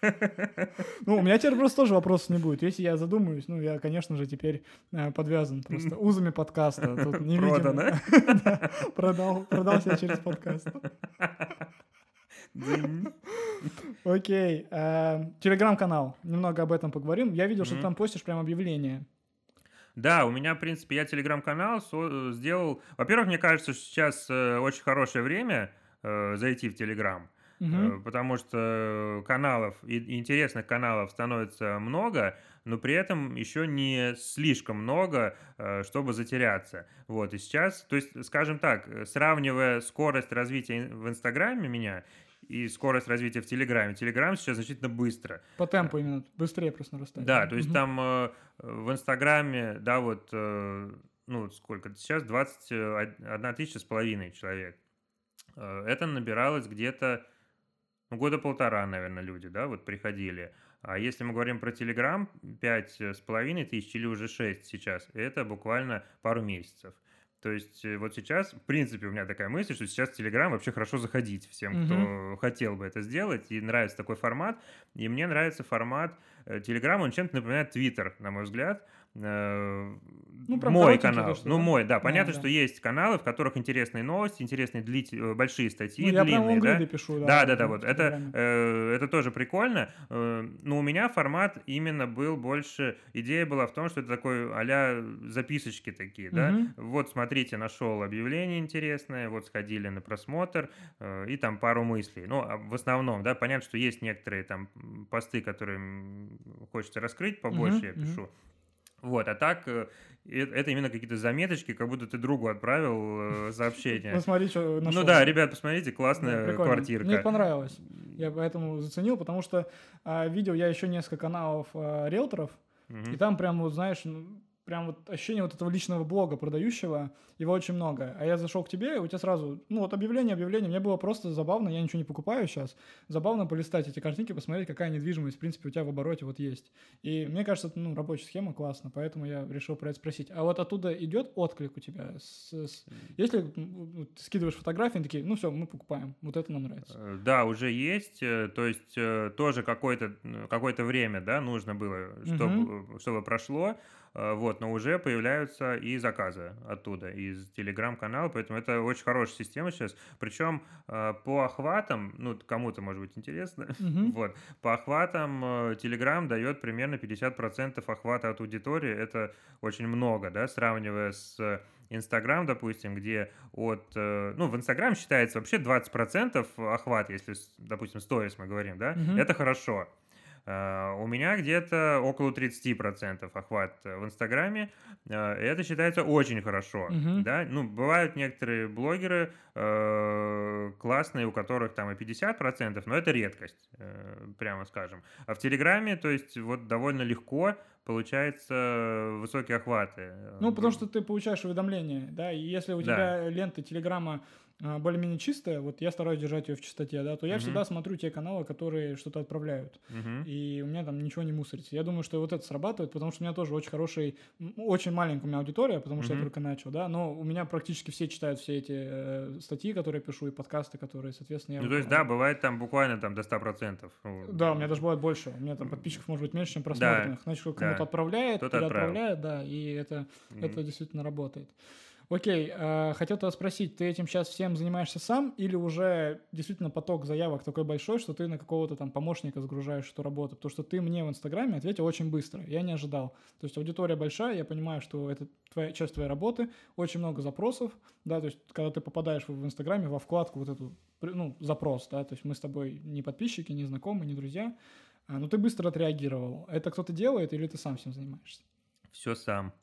У меня теперь просто тоже вопросов не будет. Если я задумаюсь, я, конечно же, теперь подвязан просто узами подкаста. Тут Продано. Продал себя через подкаст. Окей. Телеграм-канал. Немного об этом поговорим. Я видел, что ты там постишь прям объявления. Да, у меня, в принципе, я телеграм-канал сделал... Во-первых, мне кажется, что сейчас очень хорошее время зайти в Телеграм, потому что интересных каналов становится много, но при этом еще не слишком много, чтобы затеряться. Вот, и сейчас, то есть, скажем так, сравнивая скорость развития в Инстаграме меня и скорость развития в Телеграме. Телеграм сейчас значительно быстро. По темпу именно, быстрее просто нарастает. Да, то есть там в Инстаграме, да, вот, сколько? Сейчас 21 тысяча с половиной человек. Это набиралось где-то года 1,5, наверное, люди, да, вот приходили. А если мы говорим про Телеграм, 5,5 тысяч или уже 6 сейчас, это буквально пару месяцев. То есть вот сейчас, в принципе, у меня такая мысль, что сейчас в Телеграм вообще хорошо заходить всем, кто хотел бы это сделать, и нравится такой формат. И мне нравится формат Телеграм, он чем-то напоминает Твиттер, на мой взгляд. Мой канал. Мой, да. Понятно, что есть каналы, в которых интересные новости, интересные большие статьи, я длинные. Я прям пишу, да. Да, вот. Это тоже прикольно. Но у меня формат именно был больше... Идея была в том, что это такой а-ля записочки такие, да. Вот, смотрите, нашел объявление интересное, вот сходили на просмотр, и там пару мыслей. В основном, да, понятно, что есть некоторые там посты, которые хочется раскрыть побольше, я пишу. Вот, а так, это именно какие-то заметочки, как будто ты другу отправил сообщение. Посмотри, что нашел. Ребят, посмотрите, классная квартирка. Мне понравилось. Я поэтому заценил, потому что видел я еще несколько каналов риэлторов, и там прям, вот знаешь, прям вот ощущение вот этого личного блога продающего, его очень много. А я зашел к тебе, и у тебя сразу, ну вот объявление, мне было просто забавно, я ничего не покупаю сейчас, забавно полистать эти картинки, посмотреть, какая недвижимость, в принципе, у тебя в обороте вот есть. И мне кажется, это, ну, рабочая схема, классно, поэтому я решил про это спросить. А вот оттуда идет отклик у тебя? Если ты скидываешь фотографии, они такие, ну все, мы покупаем, вот это нам нравится. Да, уже есть, то есть тоже какое-то время, да, нужно было, чтобы прошло, вот, но уже появляются и заказы оттуда, из Telegram-канала, поэтому это очень хорошая система сейчас. Причем по охватам, ну, кому-то, может быть, интересно, вот, по охватам Telegram дает примерно 50% охвата от аудитории, это очень много, да, сравнивая с Инстаграм, допустим, где ну, в Инстаграм считается вообще 20% охват, если, допустим, сторис мы говорим, да, это хорошо. У меня где-то около 30% охват в Инстаграме, это считается очень хорошо, да, ну, бывают некоторые блогеры классные, у которых там и 50%, но это редкость, прямо скажем. А в Телеграме, то есть вот довольно легко получается высокие охваты. Ну, потому что ты получаешь уведомления, да, и если у тебя лента Телеграма более-менее чистая, вот я стараюсь держать ее в чистоте, да, то я всегда смотрю те каналы, которые что-то отправляют, и у меня там ничего не мусорится. Я думаю, что вот это срабатывает, потому что у меня тоже очень маленькая у меня аудитория, потому что я только начал, да, но у меня практически все читают все эти статьи, которые я пишу, и подкасты, которые, соответственно, я... Ну, то есть, да, бывает там буквально там до 100%. Да, у меня даже бывает больше, у меня там подписчиков может быть меньше, чем просмотренных, значит, кому-то отправляет, переотправляет, да, и это действительно работает. Окей, хотел тебя спросить, ты этим сейчас всем занимаешься сам или уже действительно поток заявок такой большой, что ты на какого-то там помощника загружаешь эту работу? Потому что ты мне в Инстаграме ответил очень быстро, я не ожидал. То есть аудитория большая, я понимаю, что это часть твоей работы, очень много запросов, да, то есть когда ты попадаешь в Инстаграме во вкладку вот эту, ну, запрос, да, то есть мы с тобой не подписчики, не знакомые, не друзья, но ты быстро отреагировал. Это кто-то делает или ты сам всем занимаешься? Все сам.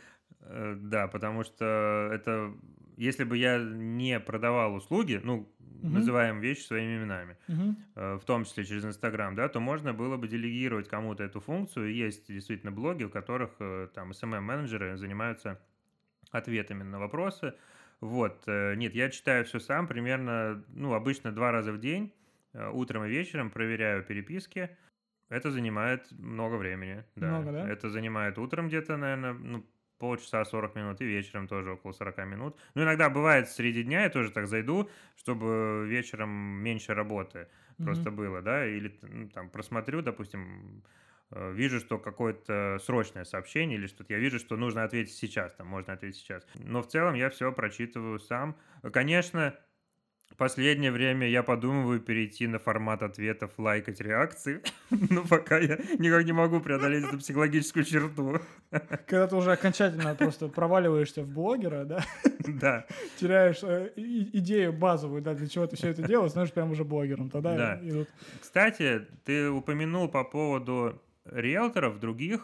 Да, потому что это, если бы я не продавал услуги, ну, называем вещи своими именами, в том числе через Инстаграм, да, то можно было бы делегировать кому-то эту функцию. Есть действительно блоги, в которых там SMM-менеджеры занимаются ответами на вопросы. Вот, нет, я читаю все сам, примерно, ну, обычно 2 раза в день, утром и вечером проверяю переписки. Это занимает много времени, да. Много, да? Это занимает утром где-то, наверное, ну, полчаса, 40 минут, и вечером тоже около 40 минут. Ну, иногда бывает среди дня, я тоже так зайду, чтобы вечером меньше работы просто было, да, или ну, там просмотрю, допустим, вижу, что какое-то срочное сообщение или что-то, я вижу, что нужно ответить сейчас, там можно ответить сейчас. Но в целом я все прочитываю сам. Конечно, последнее время я подумываю перейти на формат ответов, лайкать реакции, но пока я никак не могу преодолеть эту психологическую черту. Когда ты уже окончательно просто проваливаешься в блогера, да? Да. Теряешь идею базовую, да, для чего ты все это делаешь, становишься прям уже блогером. Тогда идут... Кстати, ты упомянул по поводу риэлторов других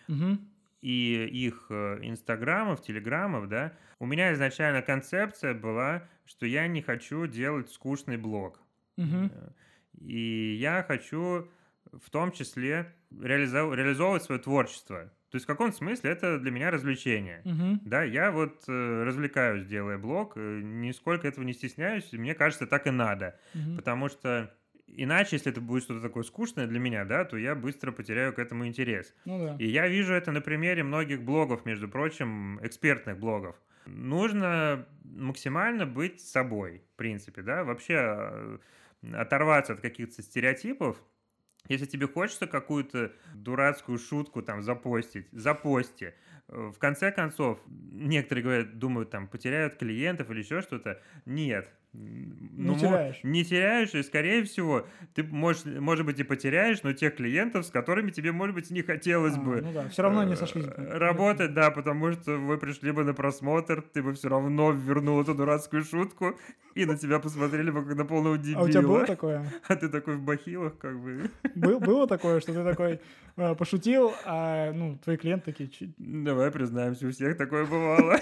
и их инстаграмов, телеграмов, да. У меня изначально концепция была, что я не хочу делать скучный блог. И я хочу в том числе реализовывать свое творчество. То есть в каком смысле это для меня развлечение. Да, я вот развлекаюсь, делая блог, нисколько этого не стесняюсь, и мне кажется, так и надо. Потому что иначе, если это будет что-то такое скучное для меня, да, то я быстро потеряю к этому интерес. Ну, да. И я вижу это на примере многих блогов, между прочим, экспертных блогов. Нужно максимально быть собой, в принципе, да, вообще оторваться от каких-то стереотипов. Если тебе хочется какую-то дурацкую шутку там запостить, запости. В конце концов, некоторые говорят, думают, там, потеряют клиентов или еще что-то. Нет. Не теряешь. Не теряешь, и, скорее всего, ты, может быть, и потеряешь, но тех клиентов, с которыми тебе, может быть, не хотелось бы ну да, все равно не сошлись бы. Работать, да, потому что вы пришли бы на просмотр, ты бы все равно вернул эту дурацкую шутку, и на тебя посмотрели бы как на полного дебила. А у тебя было такое? А ты такой в бахилах, как бы. Было такое, что ты такой пошутил, а ну, твои клиенты такие... Давай признаемся, у всех такое бывало.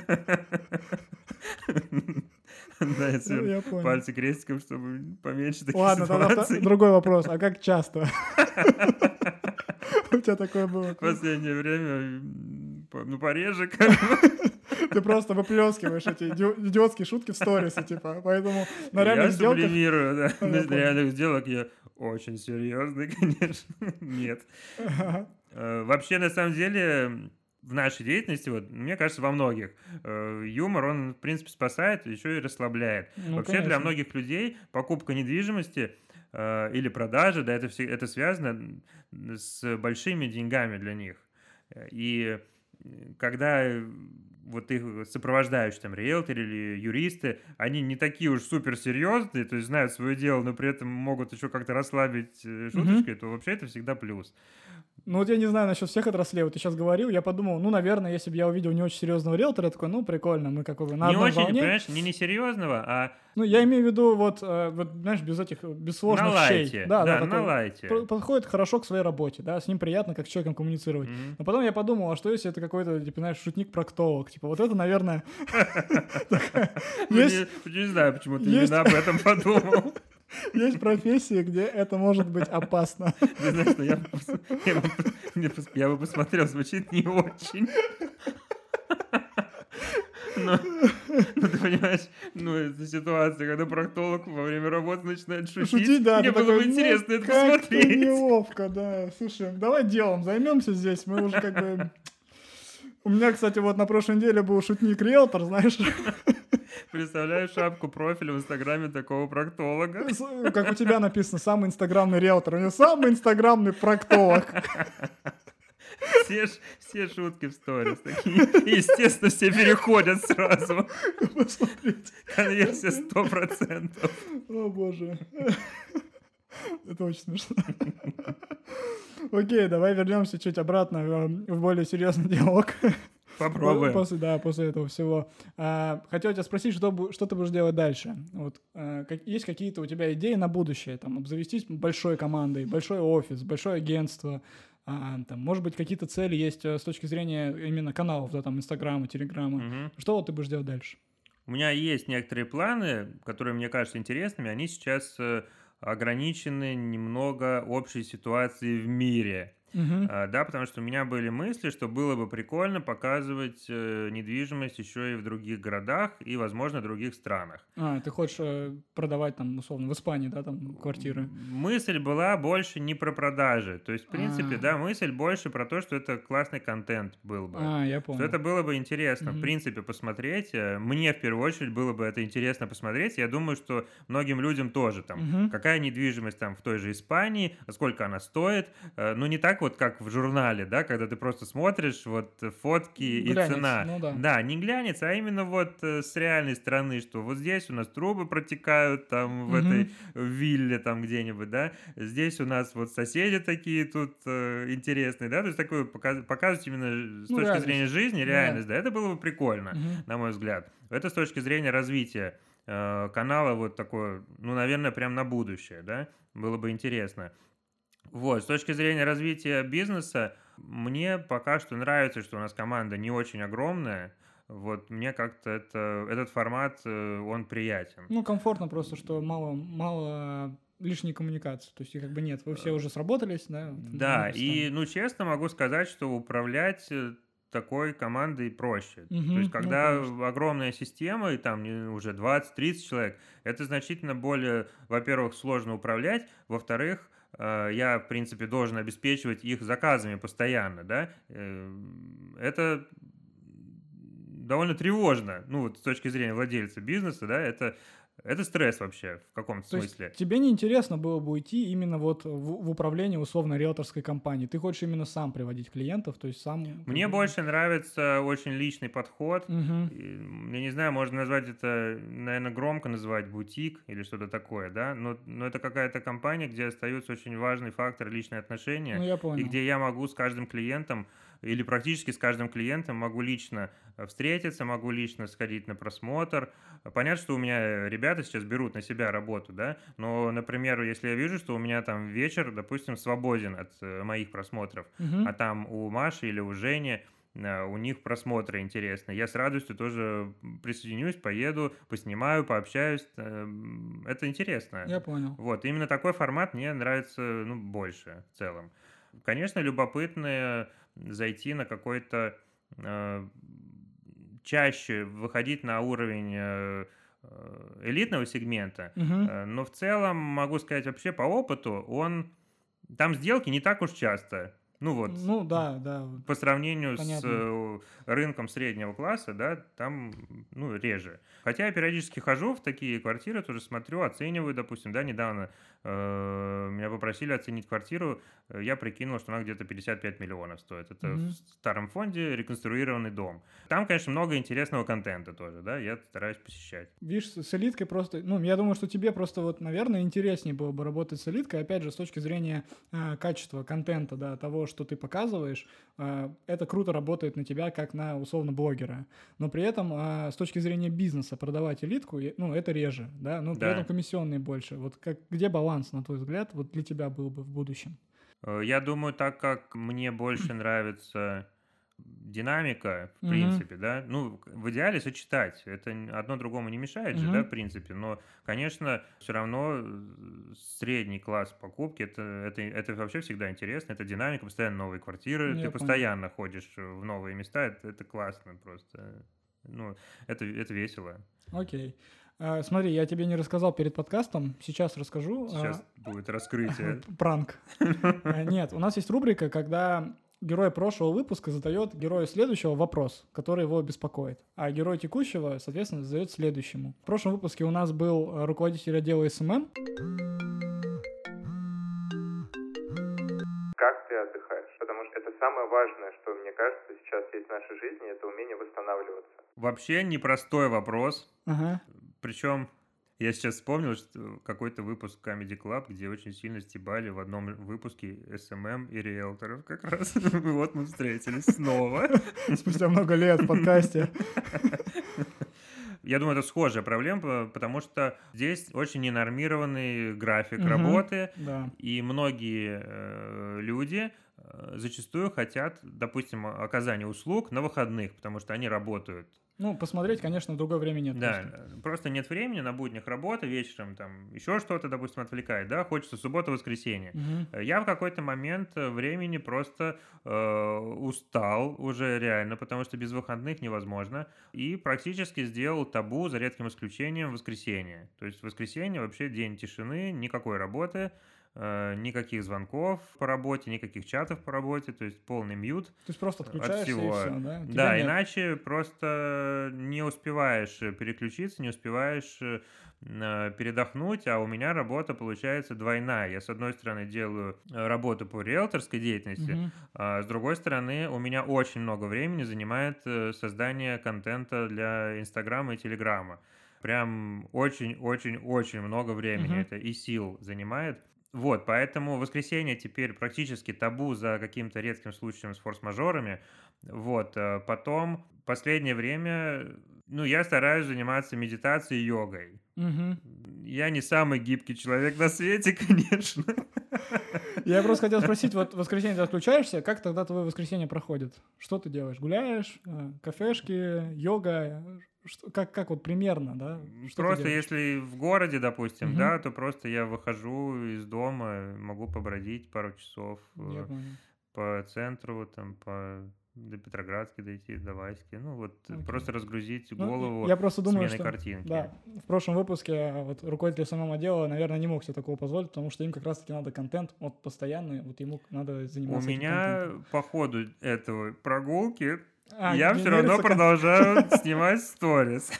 Да, я пальцы крестиком, чтобы поменьше таких ситуаций. Ладно, тогда другой вопрос. А как часто у тебя такое было? В последнее время пореже. Ты просто выплескиваешь эти идиотские шутки в сторисы, типа, поэтому на реальных сделках... Я сублимирую, да. На реальных сделок я очень серьезный, конечно. Нет. Вообще, на самом деле, в нашей деятельности, вот, мне кажется, во многих, юмор, он, в принципе, спасает, еще и расслабляет. Вообще, конечно. Для многих людей покупка недвижимости или продажа, да, это связано с большими деньгами для них. И когда вот их сопровождающие, там, риэлторы или юристы, они не такие уж суперсерьезные, то есть знают свое дело, но при этом могут еще как-то расслабить шуточкой, то вообще это всегда плюс. Ну вот я не знаю насчет всех отраслей, вот ты сейчас говорил, я подумал, ну, наверное, если бы я увидел не очень серьезного риэлтора, я такой, ну, прикольно, мы как бы на одной волне. Не очень, понимаешь, не несерьезного, а... Ну, я имею в виду, вот знаешь, без сложных на лайте. щей. Да, на лайте. Подходит хорошо к своей работе, да, с ним приятно как с человеком коммуницировать. Но потом я подумал, а что если это какой-то, типа, знаешь, шутник-проктолог? Типа, вот это, наверное... Не знаю, почему ты именно об этом подумал. Есть профессии, где это может быть опасно. Ты знаешь, я бы посмотрел, звучит не очень. Но ты понимаешь, это ситуация, когда проктолог во время работы начинает шутить, да, мне было бы интересно это посмотреть. Как-то неловко, да. Слушай, давай делом займемся здесь, мы уже как бы... У меня, кстати, вот на прошлой неделе был шутник-риэлтор, знаешь... Представляю шапку профиля в Инстаграме такого проктолога. Как у тебя написано, самый инстаграмный риэлтор. У него самый инстаграмный проктолог. Все шутки в сторис такие. Естественно, все переходят сразу. Посмотрите. Конверсия 100%. О, боже. Это очень смешно. Окей, давай вернемся чуть обратно в более серьезный диалог. Попробуем. После этого всего. Хотел тебя спросить, что ты будешь делать дальше? Вот, есть какие-то у тебя идеи на будущее? Там, обзавестись большой командой, большой офис, большое агентство? Там, может быть, какие-то цели есть с точки зрения именно каналов, да, там, Инстаграма, Телеграма. Что вот ты будешь делать дальше? У меня есть некоторые планы, которые мне кажутся интересными. Они сейчас ограничены немного общей ситуацией в мире. Да, потому что у меня были мысли, что было бы прикольно показывать недвижимость еще и в других городах и, возможно, в других странах. Ты хочешь продавать там, условно, в Испании, да, там, квартиры? Мысль была больше не про продажи. То есть, в принципе, да, мысль больше про то, что это классный контент был бы. Я понял. Что это было бы интересно, в принципе, посмотреть. Мне, в первую очередь, было бы это интересно посмотреть. Я думаю, что многим людям тоже там. Какая недвижимость там в той же Испании, сколько она стоит. Ну, не так вот, как в журнале, да, когда ты просто смотришь вот фотки глянец, и цена. Ну, да. Да, не глянец, а именно вот с реальной стороны, что вот здесь у нас трубы протекают там в этой вилле там где-нибудь, да, здесь у нас вот соседи такие тут интересные, да, то есть такое показывать именно с точки зрения жизни, реальность, да, это было бы прикольно, на мой взгляд. Это с точки зрения развития канала вот такое, ну, наверное, прям на будущее, да, было бы интересно. Вот, с точки зрения развития бизнеса, мне пока что нравится, что у нас команда не очень огромная. Вот мне как-то этот формат, он приятен. Ну, комфортно просто, что мало лишней коммуникации. То есть как бы нет, вы все уже сработались, да? Да, и, ну, честно могу сказать, что управлять такой командой проще. То есть, когда огромная система, и там уже 20-30 человек, это значительно более, во-первых, сложно управлять, во-вторых, я, в принципе, должен обеспечивать их заказами постоянно, да, это довольно тревожно, ну, вот с точки зрения владельца бизнеса, да, это стресс вообще в каком-то смысле. Есть тебе не интересно было бы уйти именно вот в управление условно риэлторской компанией? Ты хочешь именно сам приводить клиентов, то есть сам... Мне больше нравится очень личный подход. Я не знаю, можно назвать это, наверное, громко называть бутик или что-то такое, да, но это какая-то компания, где остается очень важный фактор личные отношения. Ну, я понял. И где я могу с каждым клиентом или практически с каждым клиентом могу лично встретиться, могу лично сходить на просмотр. Понятно, что у меня ребята сейчас берут на себя работу, да, но, например, если я вижу, что у меня там вечер, допустим, свободен от моих просмотров, а там у Маши или у Жени у них просмотры интересные, я с радостью тоже присоединюсь, поеду, поснимаю, пообщаюсь. Это интересно. Я понял. Вот, именно такой формат мне нравится, ну, больше в целом. Конечно, любопытно зайти на какой-то чаще выходить на уровень элитного сегмента, но в целом могу сказать вообще по опыту, там сделки не так уж часто. Ну да, да. По сравнению Понятно. с рынком среднего класса, да, там, реже. Хотя я периодически хожу в такие квартиры, тоже смотрю, оцениваю, допустим, да, недавно меня попросили оценить квартиру, я прикинул, что она где-то 55 миллионов стоит. Это в старом фонде реконструированный дом. Там, конечно, много интересного контента тоже, да, я стараюсь посещать. Видишь, с элиткой просто, я думаю, что тебе просто вот, наверное, интереснее было бы работать с элиткой, опять же, с точки зрения качества контента, да, того, что ты показываешь, это круто работает на тебя, как на, условно, блогера. Но при этом с точки зрения бизнеса продавать элитку, это реже, да, но при этом комиссионные больше. Вот где баланс, на твой взгляд, вот для тебя был бы в будущем? Я думаю, так как мне больше нравится динамика, в принципе, да, в идеале сочетать, это одно другому не мешает же, да, в принципе, но, конечно, все равно средний класс покупки, это вообще всегда интересно, это динамика, постоянно новые квартиры, ты постоянно ходишь в новые места, это классно просто, это весело. Окей. Смотри, я тебе не рассказал перед подкастом, сейчас расскажу. Сейчас будет раскрытие. Пранк. Нет, у нас есть рубрика, когда герой прошлого выпуска задает герою следующего вопрос, который его беспокоит, а герой текущего, соответственно, задает следующему. В прошлом выпуске у нас был руководитель отдела СММ. Как ты отдыхаешь? Потому что это самое важное, что, мне кажется, сейчас есть в нашей жизни, это умение восстанавливаться. Вообще непростой вопрос. Ага. Причем я сейчас вспомнил, что какой-то выпуск Comedy Club, где очень сильно стебали в одном выпуске SMM и риэлторов как раз. Вот мы встретились снова. Спустя много лет в подкасте. Я думаю, это схожая проблема, потому что здесь очень ненормированный график работы, и многие люди зачастую хотят, допустим, оказания услуг на выходных, потому что они работают. Посмотреть, конечно, в другое время нет. Да, просто нет времени на буднях работы, вечером там еще что-то, допустим, отвлекает, да, хочется суббота-воскресенье. Я в какой-то момент времени просто устал уже реально, потому что без выходных невозможно, и практически сделал табу, за редким исключением, воскресенье. То есть воскресенье вообще день тишины, никакой работы, никаких звонков по работе, никаких чатов по работе, то есть полный мьют. То есть просто отключаешься и все, да? Да, иначе просто не успеваешь переключиться, не успеваешь передохнуть, а у меня работа получается двойная. Я, с одной стороны, делаю работу по риэлторской деятельности, а с другой стороны, у меня очень много времени занимает создание контента для Инстаграма и Телеграма. Прям очень-очень-очень много времени это и сил занимает. Вот, поэтому воскресенье теперь практически табу за каким-то редким случаем с форс-мажорами. Вот, потом последнее время, я стараюсь заниматься медитацией и йогой. Я не самый гибкий человек на свете, конечно. Я просто хотел спросить, вот в воскресенье ты отключаешься, как тогда твое воскресенье проходит? Что ты делаешь? Гуляешь? Кафешки? Йога? Как вот примерно, да? Что просто если в городе, допустим, да, то просто я выхожу из дома, могу побродить пару часов по центру, там, до Петроградки дойти, до Васьки. Просто разгрузить голову я просто думаю, сменой картинки. Да, в прошлом выпуске вот руководитель самого отдела, наверное, не мог себе такого позволить, потому что им как раз-таки надо контент постоянный, вот ему надо заниматься этим контентом. У меня по ходу этого прогулки я все равно продолжаю снимать сторис.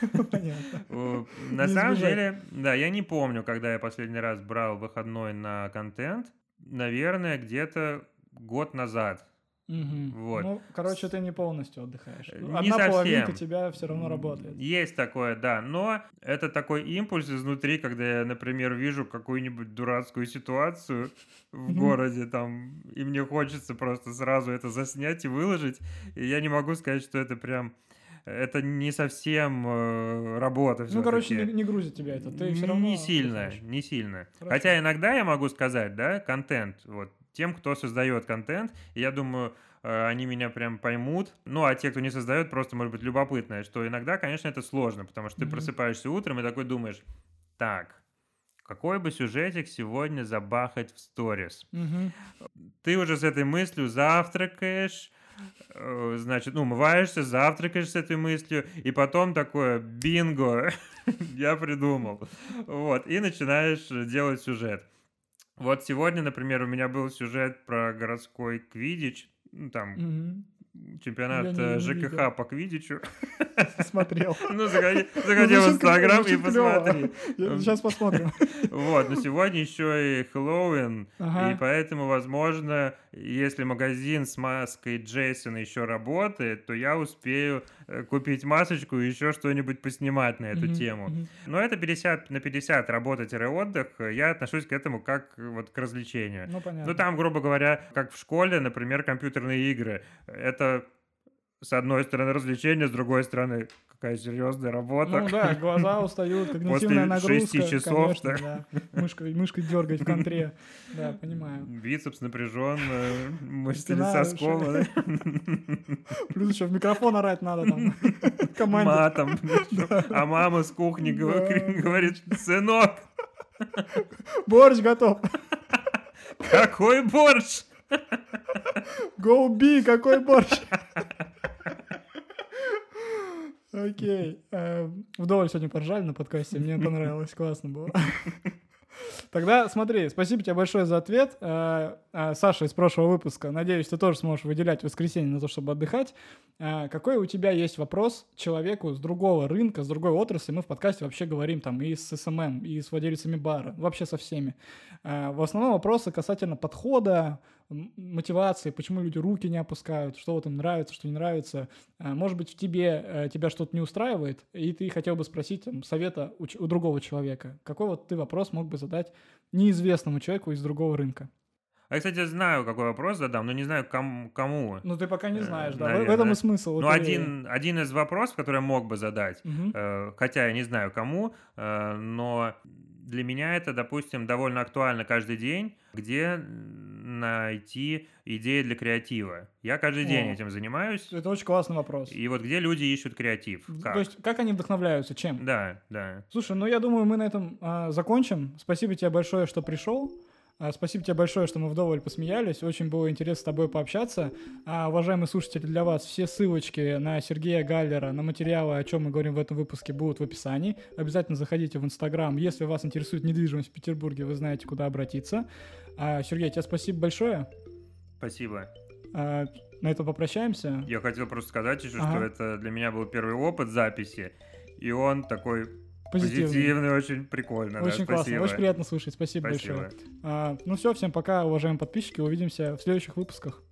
На самом деле, да, я не помню, когда я последний раз брал выходной на контент. Наверное, где-то год назад. Вот. Короче, ты не полностью отдыхаешь. Не Одна половинка тебя все равно работает. Есть такое, да. Но это такой импульс изнутри, когда я, например, вижу какую-нибудь дурацкую ситуацию в городе, там, и мне хочется просто сразу это заснять и выложить. И я не могу сказать, что это прям... Это не совсем работа. Короче, не грузит тебя это. Ты все равно... Не сильно. Хорошо. Хотя иногда я могу сказать, да, контент, вот, тем, кто создает контент, и я думаю, они меня прям поймут. А те, кто не создает, просто, может быть, любопытное, что иногда, конечно, это сложно, потому что ты просыпаешься утром и такой думаешь, так, какой бы сюжетик сегодня забахать в сторис? Ты уже с этой мыслью завтракаешь, Значит, умываешься, завтракаешь с этой мыслью, и потом такое, бинго, я придумал. Вот, и начинаешь делать сюжет. Вот сегодня, например, у меня был сюжет про городской квиддич, там чемпионат ЖКХ видел. по квиддичу. Смотрел. Заходи в Инстаграм и посмотри. Сейчас посмотрим. Вот, но сегодня еще и Хэллоуин, Ага. и поэтому, возможно, если магазин с маской Джейсона еще работает, то я успею купить масочку и еще что-нибудь поснимать на эту тему. Но это 50 на 50 работа-отдых. Я отношусь к этому как вот к развлечению. Ну, понятно. Ну, там, грубо говоря, как в школе, например, компьютерные игры. Это, с одной стороны, развлечение, с другой стороны, какая серьезная работа. Ну да, глаза устают, когнитивная нагрузка. 6 часов, конечно, да. Мышкой дергать в контре. Да, понимаю. Бицепс напряжен, мышцы Спина лица скованы. Плюс еще в микрофон орать надо там. Команде. Матом. А мама с кухни говорит: сынок, Борщ готов. какой борщ? Go be, какой борщ. Окей. Вдоволь сегодня поржали на подкасте, мне понравилось, классно было. Тогда смотри, спасибо тебе большое за ответ. Саша из прошлого выпуска, надеюсь, ты тоже сможешь выделять воскресенье на то, чтобы отдыхать. Какой у тебя есть вопрос человеку с другого рынка, с другой отрасли? Мы в подкасте вообще говорим там и с СММ, и с владельцами бара, вообще со всеми. В основном вопросы касательно подхода, мотивации, почему люди руки не опускают, что вот им нравится, что не нравится. Может быть, тебя что-то не устраивает, и ты хотел бы спросить там, совета у другого человека. Какой вот ты вопрос мог бы задать неизвестному человеку из другого рынка? Я, кстати, знаю, какой вопрос задам, но не знаю, кому. Ну, ты пока не знаешь, да. Наверное. В этом и смысл. Ну, один из вопросов, который я мог бы задать, хотя я не знаю, кому, но для меня это, допустим, довольно актуально каждый день, где найти идеи для креатива. Я каждый день этим занимаюсь. Это очень классный вопрос. И вот где люди ищут креатив? То есть, как они вдохновляются, чем? Да. Слушай, ну я думаю, мы на этом закончим. Спасибо тебе большое, что пришел. Спасибо тебе большое, что мы вдоволь посмеялись. Очень было интересно с тобой пообщаться. Уважаемые слушатели, для вас все ссылочки на Сергея Галлера, на материалы, о чем мы говорим в этом выпуске, будут в описании. Обязательно заходите в Инстаграм. Если вас интересует недвижимость в Петербурге, вы знаете, куда обратиться. Сергей, тебе спасибо большое. Спасибо. На этом попрощаемся. Я хотел просто сказать еще, что это для меня был первый опыт записи, и он такой... Позитивный, очень прикольно. Очень да, классно, спасибо. Очень приятно слышать. Спасибо большое. Ну все, всем пока, уважаемые подписчики. Увидимся в следующих выпусках.